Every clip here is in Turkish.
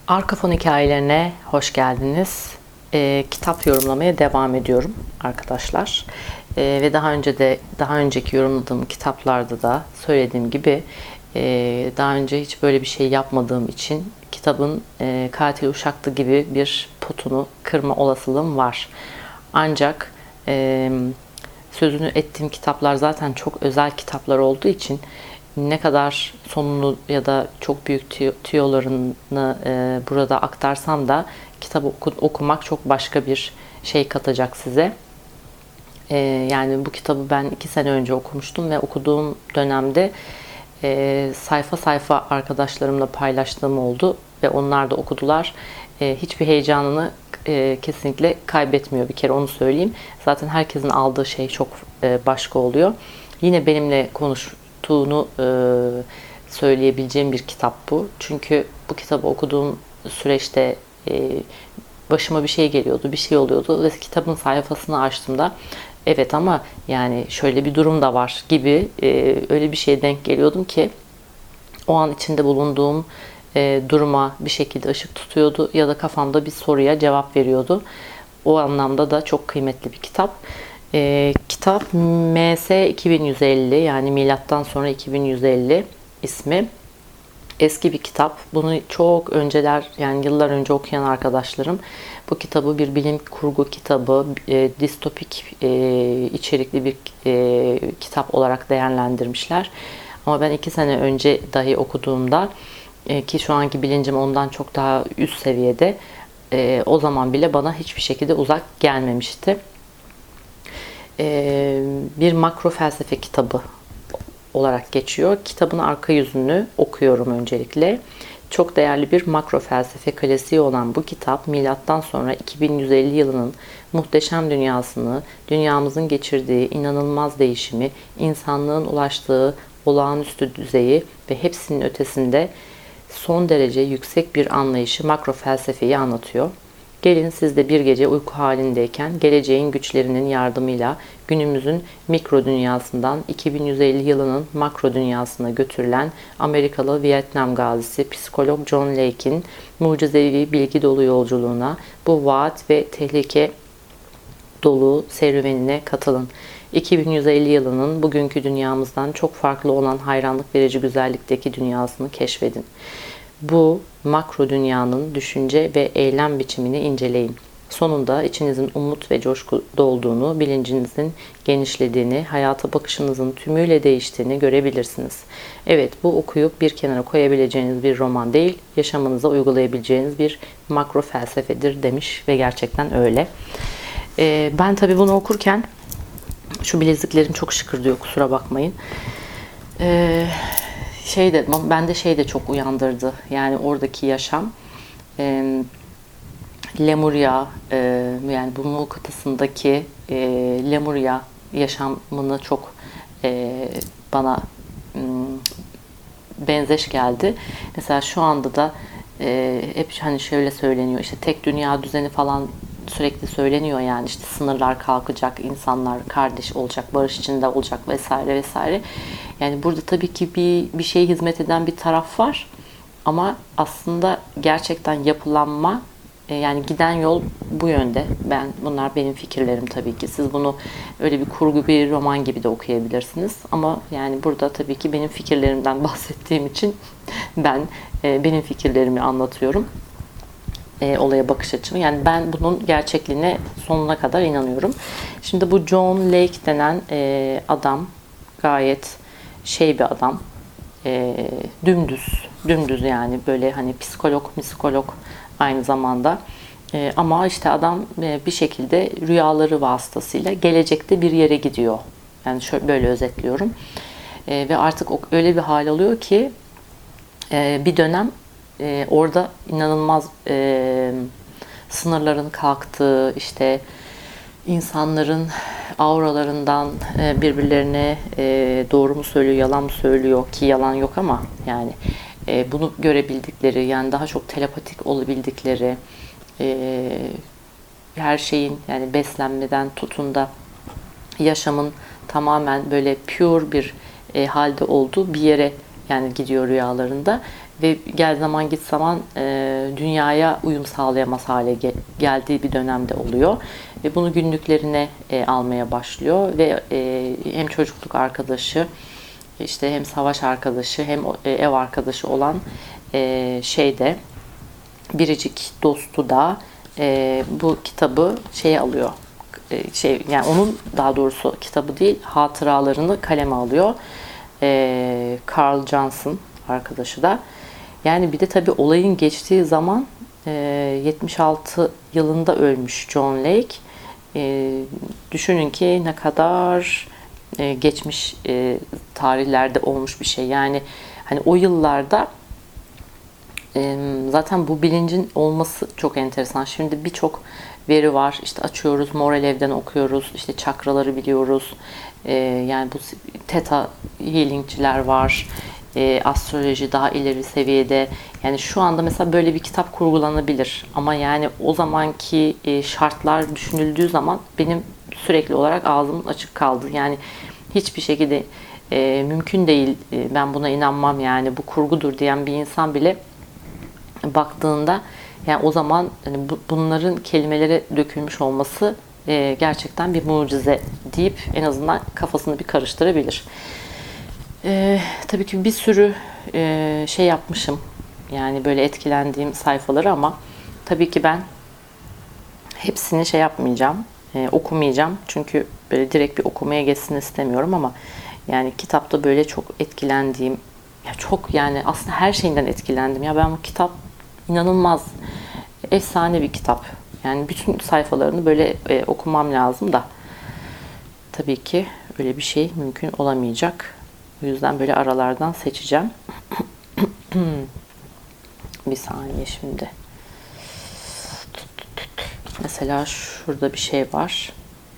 Arka fon hikayelerine hoş geldiniz. Kitap yorumlamaya devam ediyorum arkadaşlar. Ve daha önceki yorumladığım kitaplarda da söylediğim gibi daha önce hiç böyle bir şey yapmadığım için kitabın Katil Uşaklı gibi bir potunu kırma olasılığım var. Ancak sözünü ettiğim kitaplar zaten çok özel kitaplar olduğu için ne kadar sonunu ya da çok büyük tüyolarını burada aktarsam da kitabı okumak çok başka bir şey katacak size. Yani bu kitabı ben 2 sene önce okumuştum ve okuduğum dönemde sayfa sayfa arkadaşlarımla paylaştığım oldu ve onlar da okudular. Hiçbir heyecanını kesinlikle kaybetmiyor, bir kere onu söyleyeyim. Zaten herkesin aldığı şey çok başka oluyor. Yine benimle konuştuğunu söyleyebileceğim bir kitap bu. Çünkü bu kitabı okuduğum süreçte başıma bir şey geliyordu, bir şey oluyordu ve kitabın sayfasını açtığımda evet ama yani şöyle bir durum da var gibi öyle bir şeye denk geliyordum ki o an içinde bulunduğum duruma bir şekilde ışık tutuyordu ya da kafamda bir soruya cevap veriyordu. O anlamda da çok kıymetli bir kitap. Kitap MS 2150, yani milattan sonra 2150 ismi. Eski bir kitap. Bunu çok önceler, yani yıllar önce okuyan arkadaşlarım bu kitabı bir bilim kurgu kitabı, distopik içerikli bir kitap olarak değerlendirmişler. Ama ben 2 sene önce dahi okuduğumda ki şu anki bilincim ondan çok daha üst seviyede, o zaman bile bana hiçbir şekilde uzak gelmemişti. Bir makro felsefe kitabı olarak geçiyor. Kitabın arka yüzünü okuyorum öncelikle. Çok değerli bir makro felsefe klasiği olan bu kitap, milattan sonra 2150 yılının muhteşem dünyasını, dünyamızın geçirdiği inanılmaz değişimi, insanlığın ulaştığı olağanüstü düzeyi ve hepsinin ötesinde son derece yüksek bir anlayışı, makro felsefeyi anlatıyor. Gelin siz de bir gece uyku halindeyken geleceğin güçlerinin yardımıyla günümüzün mikro dünyasından 2150 yılının makro dünyasına götürülen Amerikalı Vietnam gazisi psikolog John Lake'in mucizevi bilgi dolu yolculuğuna, bu vaat ve tehlike dolu serüvenine katılın. 2150 yılının bugünkü dünyamızdan çok farklı olan hayranlık verici güzellikteki dünyasını keşfedin. Bu makro dünyanın düşünce ve eylem biçimini inceleyin. Sonunda içinizin umut ve coşku dolduğunu, bilincinizin genişlediğini, hayata bakışınızın tümüyle değiştiğini görebilirsiniz. Evet, bu okuyup bir kenara koyabileceğiniz bir roman değil, yaşamınıza uygulayabileceğiniz bir makro felsefedir demiş ve gerçekten öyle. Ben tabii bunu okurken, şu bileziklerim çok şıkırdıyor, kusura bakmayın. Bende şey de çok uyandırdı. Yani oradaki yaşam. Lemuria, yani bu Mu kıtasındaki Lemuria yaşamını çok bana benzeş geldi. Mesela şu anda da hep hani şöyle söyleniyor, işte tek dünya düzeni falan sürekli söyleniyor, yani işte sınırlar kalkacak, insanlar kardeş olacak, barış içinde olacak vesaire vesaire. Yani burada tabii ki bir şeye hizmet eden bir taraf var ama aslında gerçekten yapılanma, yani giden yol bu yönde. Bunlar benim fikirlerim tabii ki. Siz bunu öyle bir kurgu bir roman gibi de okuyabilirsiniz. Ama yani burada tabii ki benim fikirlerimden bahsettiğim için ben benim fikirlerimi anlatıyorum. Olaya bakış açımı. Yani ben bunun gerçekliğine sonuna kadar inanıyorum. Şimdi bu John Lake denen adam gayet bir adam. Dümdüz yani, böyle hani psikolog aynı zamanda. Ama işte adam bir şekilde rüyaları vasıtasıyla gelecekte bir yere gidiyor. Yani böyle özetliyorum. Ve artık öyle bir hal alıyor ki bir dönem orada inanılmaz sınırların kalktığı, işte insanların auralarından birbirlerine doğru mu söylüyor, yalan mı söylüyor, ki yalan yok ama yani bunu görebildikleri, yani daha çok telepatik olabildikleri, her şeyin, yani beslenmeden tutun da yaşamın tamamen böyle pure bir halde olduğu bir yere Yani gidiyor rüyalarında ve gel zaman git zaman dünyaya uyum sağlayamaz hale geldiği bir dönemde oluyor. Ve bunu günlüklerine almaya başlıyor ve hem çocukluk arkadaşı, işte hem savaş arkadaşı, hem ev arkadaşı olan şeyde biricik dostu da bu kitabı şeye alıyor. Yani onun, daha doğrusu kitabı değil, hatıralarını kaleme alıyor. Carl Johnson arkadaşı da. Yani bir de tabii olayın geçtiği zaman 76 yılında ölmüş John Lake. Düşünün ki ne kadar geçmiş tarihlerde olmuş bir şey. Yani hani o yıllarda zaten bu bilincin olması çok enteresan. Şimdi birçok veri var. İşte açıyoruz, Moral Ev'den okuyoruz. İşte çakraları biliyoruz. Yani bu Theta Healing'ciler var. Astroloji daha ileri seviyede. Yani şu anda mesela böyle bir kitap kurgulanabilir. Ama yani o zamanki şartlar düşünüldüğü zaman benim sürekli olarak ağzım açık kaldı. Yani hiçbir şekilde mümkün değil. Ben buna inanmam, yani bu kurgudur diyen bir insan bile baktığında, yani o zaman hani bunların kelimelere dökülmüş olması gerçekten bir mucize deyip en azından kafasını bir karıştırabilir. Tabii ki bir sürü şey yapmışım. Yani böyle etkilendiğim sayfaları, ama tabii ki ben hepsini şey yapmayacağım, okumayacağım. Çünkü böyle direkt bir okumaya geçsin istemiyorum, ama yani kitapta böyle çok etkilendiğim, ya çok, yani aslında her şeyinden etkilendim. Ya ben bu kitap inanılmaz efsane bir kitap. Yani bütün sayfalarını böyle okumam lazım da tabii ki öyle bir şey mümkün olamayacak. O yüzden böyle aralardan seçeceğim. Bir saniye şimdi. Mesela şurada bir şey var.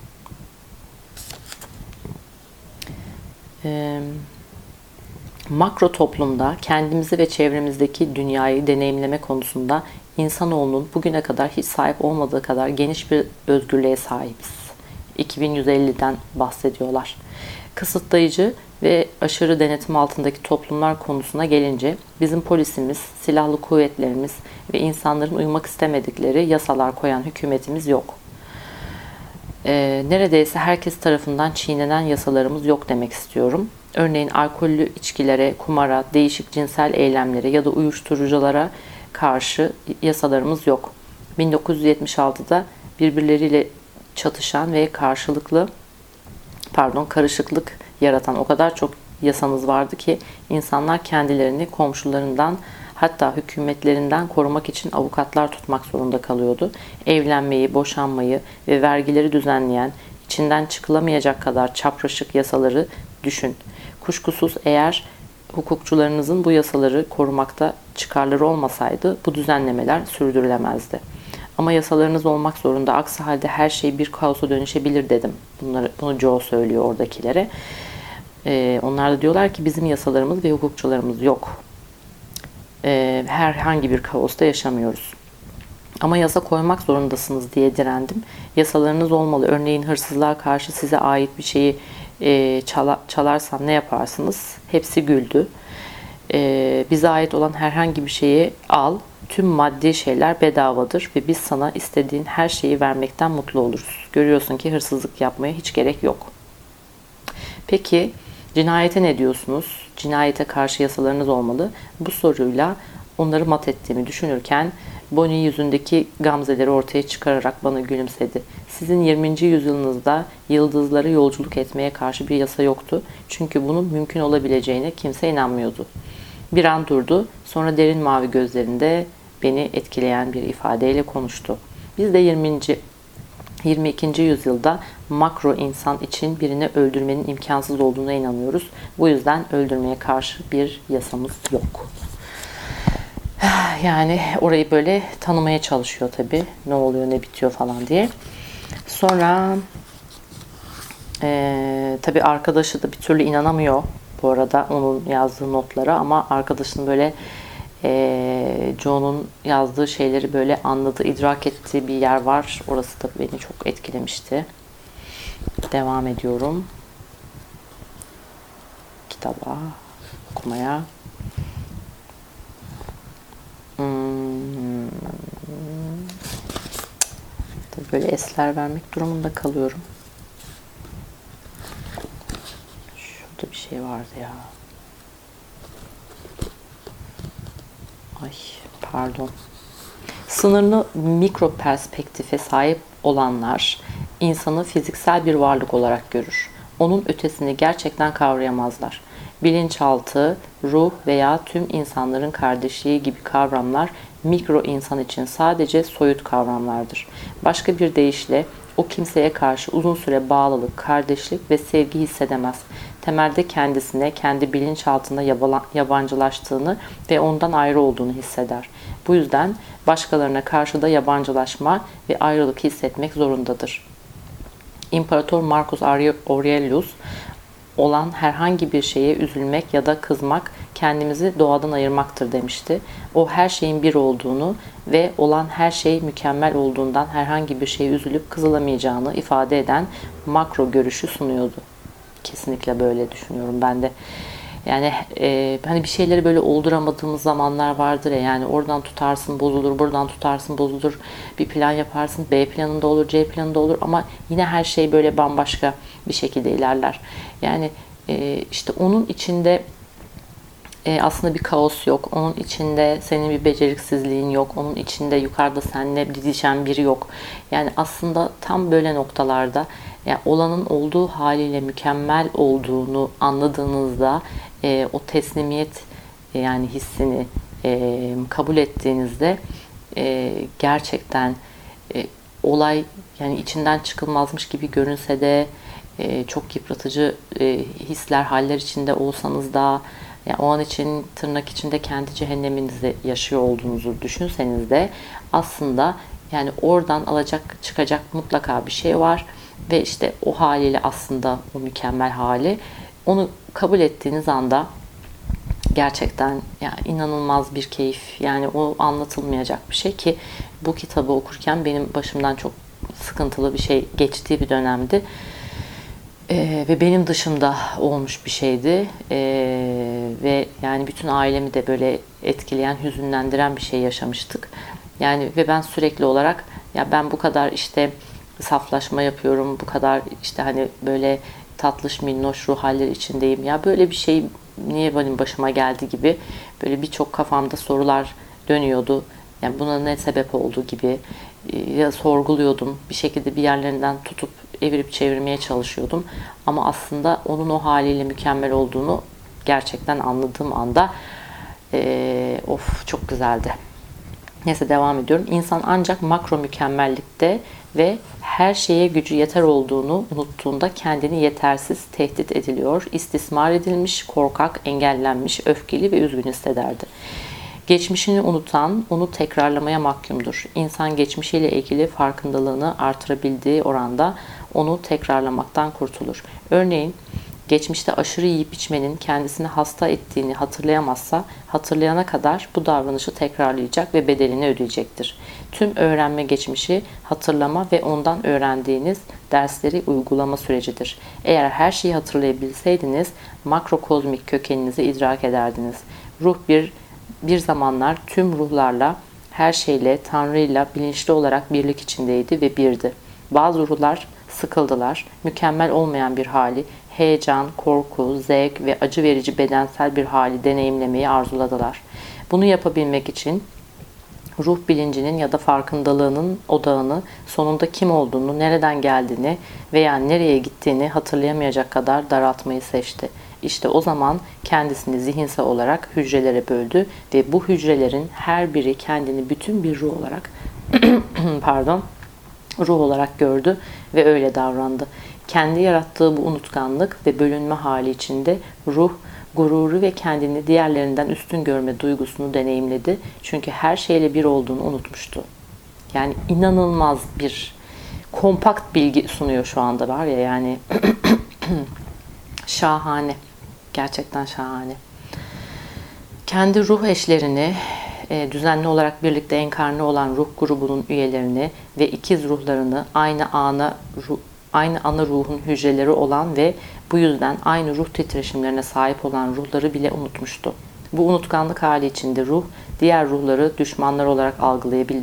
Makro toplumda kendimizi ve çevremizdeki dünyayı deneyimleme konusunda insanoğlunun bugüne kadar hiç sahip olmadığı kadar geniş bir özgürlüğe sahibiz. 2150'den bahsediyorlar. Kısıtlayıcı ve aşırı denetim altındaki toplumlar konusuna gelince bizim polisimiz, silahlı kuvvetlerimiz ve insanların uymak istemedikleri yasalar koyan hükümetimiz yok. Neredeyse herkes tarafından çiğnenen yasalarımız yok demek istiyorum. Örneğin alkollü içkilere, kumara, değişik cinsel eylemlere ya da uyuşturuculara karşı yasalarımız yok. 1976'da birbirleriyle çatışan ve karışıklık yaratan o kadar çok yasamız vardı ki insanlar kendilerini komşularından, hatta hükümetlerinden korumak için avukatlar tutmak zorunda kalıyordu. Evlenmeyi, boşanmayı ve vergileri düzenleyen, içinden çıkılamayacak kadar çapraşık yasaları düşün. Kuşkusuz eğer hukukçularınızın bu yasaları korumakta çıkarları olmasaydı bu düzenlemeler sürdürülemezdi. Ama yasalarınız olmak zorunda. Aksi halde her şey bir kaosa dönüşebilir dedim. Bunu Joe söylüyor oradakilere. Onlar da diyorlar ki bizim yasalarımız ve hukukçularımız yok. Herhangi bir kaosta yaşamıyoruz. Ama yasa koymak zorundasınız diye direndim. Yasalarınız olmalı. Örneğin hırsızlığa karşı size ait bir şeyi çalarsam ne yaparsınız? Hepsi güldü. Bize ait olan herhangi bir şeyi al. Tüm maddi şeyler bedavadır ve biz sana istediğin her şeyi vermekten mutlu oluruz. Görüyorsun ki hırsızlık yapmaya hiç gerek yok. Peki cinayete ne diyorsunuz? Cinayete karşı yasalarınız olmalı. Bu soruyla onları mat ettiğimi düşünürken Bonnie yüzündeki gamzeleri ortaya çıkararak bana gülümsedi. Sizin 20. yüzyılınızda yıldızlara yolculuk etmeye karşı bir yasa yoktu. Çünkü bunun mümkün olabileceğine kimse inanmıyordu. Bir an durdu. Sonra derin mavi gözlerinde beni etkileyen bir ifadeyle konuştu. Biz de 22. yüzyılda makro insan için birini öldürmenin imkansız olduğuna inanıyoruz. Bu yüzden öldürmeye karşı bir yasamız yok. Yani orayı böyle tanımaya çalışıyor tabii. Ne oluyor, ne bitiyor falan diye. Sonra tabii arkadaşı da bir türlü inanamıyor bu arada onun yazdığı notlara, ama arkadaşının böyle Joe'nun yazdığı şeyleri böyle anladığı, idrak ettiği bir yer var. Orası da beni çok etkilemişti. Devam ediyorum kitaba, okumaya. böyle esler vermek durumunda kalıyorum. Şurada bir şey vardı ya. Ay pardon. Sınırlı mikro perspektife sahip olanlar insanı fiziksel bir varlık olarak görür. Onun ötesini gerçekten kavrayamazlar. Bilinçaltı, ruh veya tüm insanların kardeşliği gibi kavramlar mikro insan için sadece soyut kavramlardır. Başka bir deyişle o kimseye karşı uzun süre bağlılık, kardeşlik ve sevgi hissedemez. Temelde kendisine, kendi bilinçaltında yabancılaştığını ve ondan ayrı olduğunu hisseder. Bu yüzden başkalarına karşı da yabancılaşma ve ayrılık hissetmek zorundadır. İmparator Marcus Aurelius, olan herhangi bir şeye üzülmek ya da kızmak kendimizi doğadan ayırmaktır demişti. O her şeyin bir olduğunu ve olan her şey mükemmel olduğundan herhangi bir şeye üzülüp kızılamayacağını ifade eden makro görüşü sunuyordu. Kesinlikle böyle düşünüyorum ben de. Yani hani bir şeyleri böyle olduramadığımız zamanlar vardır ya, yani oradan tutarsın bozulur, buradan tutarsın bozulur, bir plan yaparsın, B planında olur, C planında olur ama yine her şey böyle bambaşka bir şekilde ilerler. Yani işte onun içinde aslında bir kaos yok. Onun içinde senin bir beceriksizliğin yok. Onun içinde yukarıda seninle didişen biri yok. Yani aslında tam böyle noktalarda, yani olanın olduğu haliyle mükemmel olduğunu anladığınızda o teslimiyet yani hissini kabul ettiğinizde gerçekten olay, yani içinden çıkılmazmış gibi görünse de çok yıpratıcı hisler, haller içinde olsanız da, yani o an için tırnak içinde kendi cehenneminizi yaşıyor olduğunuzu düşünseniz de aslında yani oradan alacak çıkacak mutlaka bir şey var ve işte o haliyle aslında o mükemmel hali, onu kabul ettiğiniz anda gerçekten yani inanılmaz bir keyif, yani o anlatılmayacak bir şey ki bu kitabı okurken benim başımdan çok sıkıntılı bir şey geçtiği bir dönemdi. Ve benim dışımda olmuş bir şeydi. Ve yani bütün ailemi de böyle etkileyen, hüzünlendiren bir şey yaşamıştık. Yani ve ben sürekli olarak ya ben bu kadar işte saflaşma yapıyorum, bu kadar işte hani böyle tatlış minnoş ruh haller içindeyim. Ya böyle bir şey niye benim başıma geldi gibi böyle birçok kafamda sorular dönüyordu. Yani buna ne sebep oldu gibi ya sorguluyordum. Bir şekilde bir yerlerinden tutup evirip çevirmeye çalışıyordum. Ama aslında onun o haliyle mükemmel olduğunu gerçekten anladığım anda of çok güzeldi. Neyse devam ediyorum. İnsan ancak makro mükemmellikte ve her şeye gücü yeter olduğunu unuttuğunda kendini yetersiz, tehdit ediliyor, istismar edilmiş, korkak, engellenmiş, öfkeli ve üzgün hissederdi. Geçmişini unutan, onu tekrarlamaya mahkumdur. İnsan geçmişiyle ilgili farkındalığını artırabildiği oranda onu tekrarlamaktan kurtulur. Örneğin, geçmişte aşırı yiyip içmenin kendisini hasta ettiğini hatırlayamazsa, hatırlayana kadar bu davranışı tekrarlayacak ve bedelini ödeyecektir. Tüm öğrenme geçmişi, hatırlama ve ondan öğrendiğiniz dersleri uygulama sürecidir. Eğer her şeyi hatırlayabilseydiniz, makrokozmik kökeninizi idrak ederdiniz. Ruh bir zamanlar tüm ruhlarla, her şeyle, Tanrı'yla bilinçli olarak birlik içindeydi ve birdi. Bazı ruhlar sıkıldılar, mükemmel olmayan bir hali, heyecan, korku, zevk ve acı verici bedensel bir hali deneyimlemeyi arzuladılar. Bunu yapabilmek için ruh bilincinin ya da farkındalığının odağını, sonunda kim olduğunu, nereden geldiğini veya nereye gittiğini hatırlayamayacak kadar daraltmayı seçti. İşte o zaman kendisini zihinsel olarak hücrelere böldü ve bu hücrelerin her biri kendini bütün bir ruh olarak ruh olarak gördü ve öyle davrandı. Kendi yarattığı bu unutkanlık ve bölünme hali içinde ruh, gururu ve kendini diğerlerinden üstün görme duygusunu deneyimledi. Çünkü her şeyle bir olduğunu unutmuştu. Yani inanılmaz bir kompakt bilgi sunuyor şu anda, var ya yani şahane. Gerçekten şahane. Kendi ruh eşlerini, düzenli olarak birlikte enkarne olan ruh grubunun üyelerini ve ikiz ruhlarını aynı ana ruhun hücreleri olan ve bu yüzden aynı ruh titreşimlerine sahip olan ruhları bile unutmuştu. Bu unutkanlık hali içinde ruh, diğer ruhları düşmanlar olarak algılayabildi.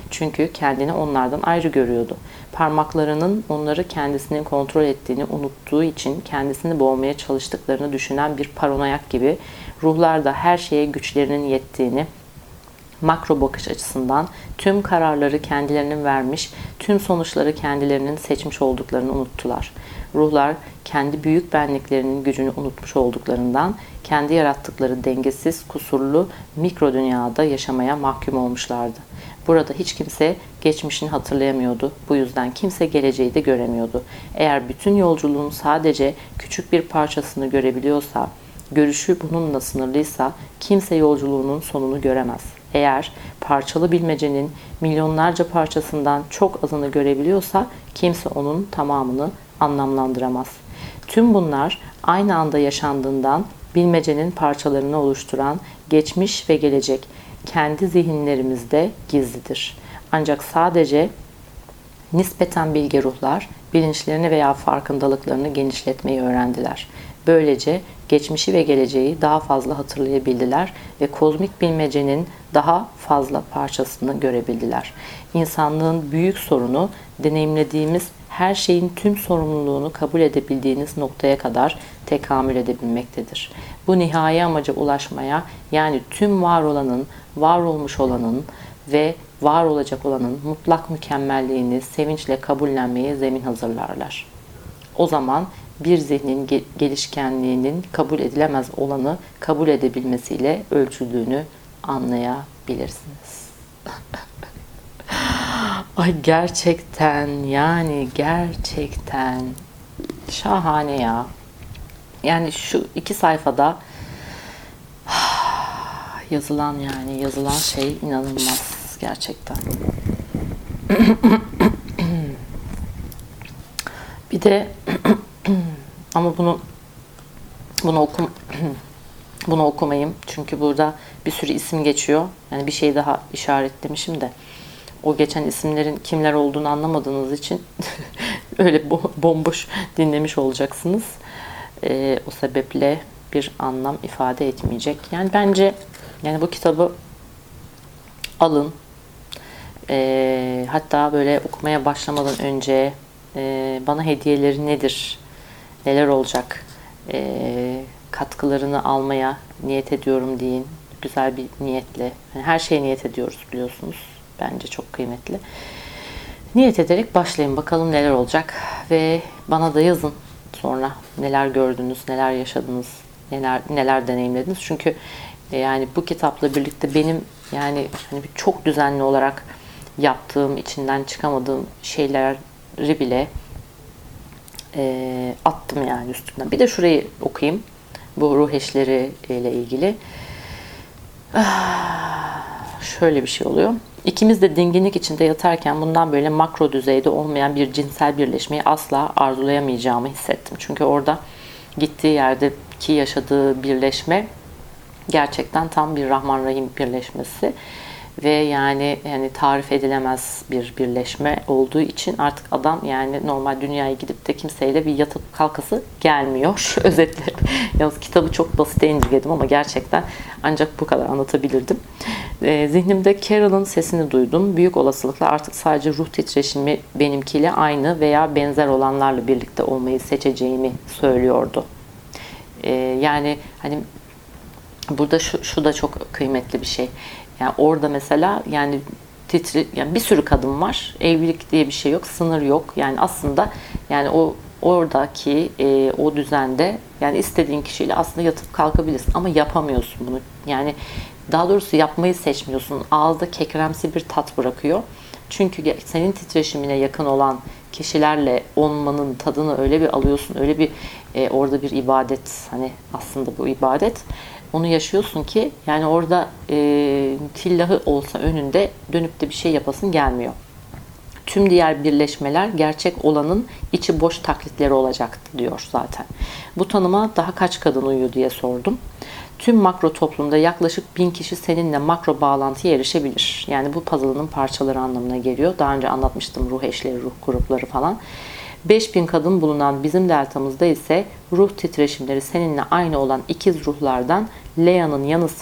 Çünkü kendini onlardan ayrı görüyordu. Parmaklarının onları kendisinin kontrol ettiğini unuttuğu için kendisini boğmaya çalıştıklarını düşünen bir paranoyak gibi ruhlar da her şeye güçlerinin yettiğini, makro bakış açısından tüm kararları kendilerinin vermiş, tüm sonuçları kendilerinin seçmiş olduklarını unuttular. Ruhlar kendi büyük benliklerinin gücünü unutmuş olduklarından kendi yarattıkları dengesiz, kusurlu mikro dünyada yaşamaya mahkum olmuşlardı. Burada hiç kimse geçmişini hatırlayamıyordu. Bu yüzden kimse geleceği de göremiyordu. Eğer bütün yolculuğun sadece küçük bir parçasını görebiliyorsa, görüşü bununla sınırlıysa kimse yolculuğunun sonunu göremez. Eğer parçalı bilmecenin milyonlarca parçasından çok azını görebiliyorsa kimse onun tamamını anlamlandıramaz. Tüm bunlar aynı anda yaşandığından bilmecenin parçalarını oluşturan geçmiş ve gelecek kendi zihinlerimizde gizlidir. Ancak sadece nispeten bilge ruhlar bilinçlerini veya farkındalıklarını genişletmeyi öğrendiler. Böylece geçmişi ve geleceği daha fazla hatırlayabildiler ve kozmik bilmecenin daha fazla parçasını görebildiler. İnsanlığın büyük sorunu deneyimlediğimiz her şeyin tüm sorumluluğunu kabul edebildiğiniz noktaya kadar tekamül edebilmektedir. Bu nihai amaca ulaşmaya, yani tüm var olanın, var olmuş olanın ve var olacak olanın mutlak mükemmelliğini sevinçle kabullenmeye zemin hazırlarlar. O zaman bir zihnin gelişkenliğinin kabul edilemez olanı kabul edebilmesiyle ölçüldüğünü anlayabilirsiniz. Ay gerçekten, yani gerçekten şahane ya. Yani şu 2 sayfada yazılan şey inanılmaz gerçekten. Bir de ama bunu okumayayım çünkü burada bir sürü isim geçiyor. Yani bir şey daha işaretlemişim de o geçen isimlerin kimler olduğunu anlamadığınız için öyle bomboş dinlemiş olacaksınız. O sebeple bir anlam ifade etmeyecek. Yani bence bu kitabı alın. Hatta böyle okumaya başlamadan önce bana hediyeleri neler olacak, katkılarını almaya niyet ediyorum deyin. Güzel bir niyetle. Yani her şeye niyet ediyoruz biliyorsunuz. Bence çok kıymetli. Niyet ederek başlayın. Bakalım neler olacak. Ve bana da yazın sonra neler gördünüz, neler yaşadınız, neler deneyimlediniz. Çünkü yani bu kitapla birlikte benim çok düzenli olarak yaptığım, içinden çıkamadığım şeyleri bile attım yani üstünden. Bir de şurayı okuyayım. Bu ruh eşleri ile ilgili. Şöyle bir şey oluyor. İkimiz de dinginlik içinde yatarken bundan böyle makro düzeyde olmayan bir cinsel birleşmeyi asla arzulayamayacağımı hissettim. Çünkü orada gittiği yerdeki yaşadığı birleşme gerçekten tam bir Rahman Rahim birleşmesi. Ve yani tarif edilemez bir birleşme olduğu için artık adam normal dünyaya gidip de kimseyle bir yatıp kalkası gelmiyor. Özetle. Yalnız kitabı çok basite indirgedim ama gerçekten ancak bu kadar anlatabilirdim. Zihnimde Carol'ın sesini duydum. Büyük olasılıkla artık sadece ruh titreşimi benimkiyle aynı veya benzer olanlarla birlikte olmayı seçeceğimi söylüyordu. Burada şu da çok kıymetli bir şey. Yani orada mesela bir sürü kadın var. Evlilik diye bir şey yok, sınır yok. Yani aslında oradaki o düzende istediğin kişiyle aslında yatıp kalkabilirsin ama yapamıyorsun bunu. Yani daha doğrusu yapmayı seçmiyorsun. Ağızda kekremsi bir tat bırakıyor. Çünkü senin titreşimine yakın olan kişilerle olmanın tadını öyle bir alıyorsun. Öyle bir orada bir ibadet, aslında bu ibadet. Onu yaşıyorsun ki orada tillahı olsa önünde dönüp de bir şey yapasın gelmiyor. Tüm diğer birleşmeler gerçek olanın içi boş taklitleri olacaktı diyor zaten. Bu tanıma daha kaç kadın uyuyor diye sordum. Tüm makro toplumda yaklaşık 1000 kişi seninle makro bağlantıya erişebilir. Yani bu puzzle'ın parçaları anlamına geliyor. Daha önce anlatmıştım ruh eşleri, ruh grupları falan. 5000 kadın bulunan bizim deltamızda ise ruh titreşimleri seninle aynı olan ikiz ruhlardan Lea'nın yanı sıra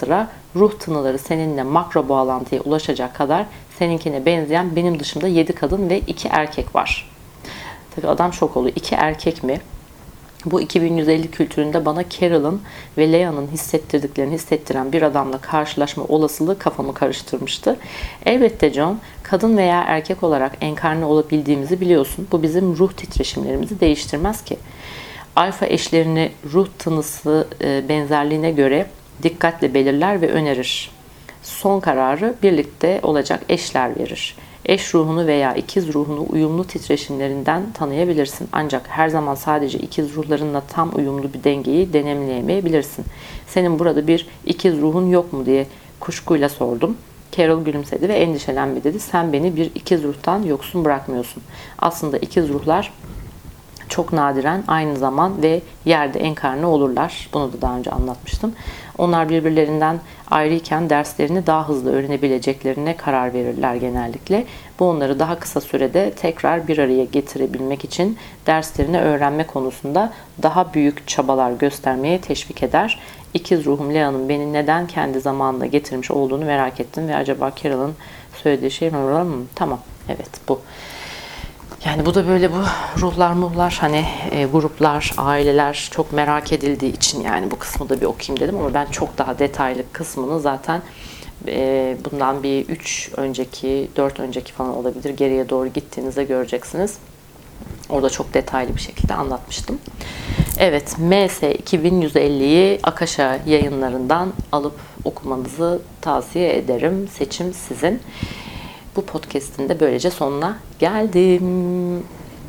ruh tınıları seninle makro bağlantıya ulaşacak kadar seninkine benzeyen benim dışımda 7 kadın ve 2 erkek var. Tabii adam şok oluyor. 2 erkek mi? Bu 2150 kültüründe bana Carol'ın ve Leah'nın hissettirdiklerini hissettiren bir adamla karşılaşma olasılığı kafamı karıştırmıştı. Elbette John, kadın veya erkek olarak enkarne olabildiğimizi biliyorsun. Bu bizim ruh titreşimlerimizi değiştirmez ki. Alfa eşlerini ruh tınısı benzerliğine göre dikkatle belirler ve önerir. Son kararı birlikte olacak eşler verir. Eş ruhunu veya ikiz ruhunu uyumlu titreşimlerinden tanıyabilirsin. Ancak her zaman sadece ikiz ruhlarınla tam uyumlu bir dengeyi deneyimleyemeyebilirsin. Senin burada bir ikiz ruhun yok mu diye kuşkuyla sordum. Carol gülümsedi ve endişelenme dedi. Sen beni bir ikiz ruhtan yoksun bırakmıyorsun. Aslında ikiz ruhlar çok nadiren aynı zaman ve yerde enkarne olurlar. Bunu da daha önce anlatmıştım. Onlar birbirlerinden ayrıyken derslerini daha hızlı öğrenebileceklerine karar verirler genellikle. Bu onları daha kısa sürede tekrar bir araya getirebilmek için derslerini öğrenme konusunda daha büyük çabalar göstermeye teşvik eder. İkiz ruhum Leah'nın beni neden kendi zamanına getirmiş olduğunu merak ettim ve acaba Carol'ın söylediği şey mi? Tamam, evet bu. Yani bu da böyle bu ruhlar muhlar hani gruplar, aileler çok merak edildiği için yani bu kısmı da bir okuyayım dedim ama ben çok daha detaylı kısmını zaten bundan bir 3 önceki, 4 önceki falan olabilir geriye doğru gittiğinizde göreceksiniz. Orada çok detaylı bir şekilde anlatmıştım. Evet, MS 2150'yi Akasha yayınlarından alıp okumanızı tavsiye ederim. Seçim sizin. Bu podcast'in de böylece sonuna geldim.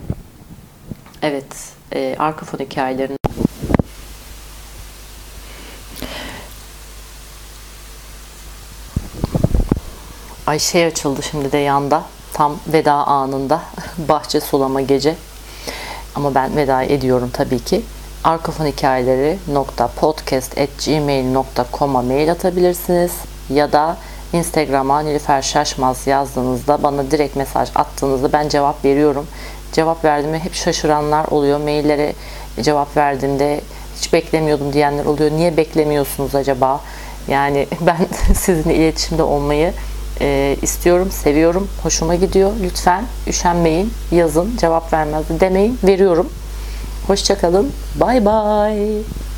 Evet, arka fon hikayelerini Ayşe açıldı şimdi de yanda. Tam veda anında. Bahçe sulama gece. Ama ben veda ediyorum tabii ki. arkafonhikayeleri.podcast@gmail.com'a mail atabilirsiniz. Ya da Instagram'a Nilüfer Şaşmaz yazdığınızda bana direkt mesaj attığınızda ben cevap veriyorum. Cevap verdiğimde hep şaşıranlar oluyor. Maillere cevap verdiğimde hiç beklemiyordum diyenler oluyor. Niye beklemiyorsunuz acaba? Yani ben sizinle iletişimde olmayı istiyorum, seviyorum, hoşuma gidiyor. Lütfen üşenmeyin, yazın, cevap vermez demeyin, veriyorum. Hoşça kalın, bay bay.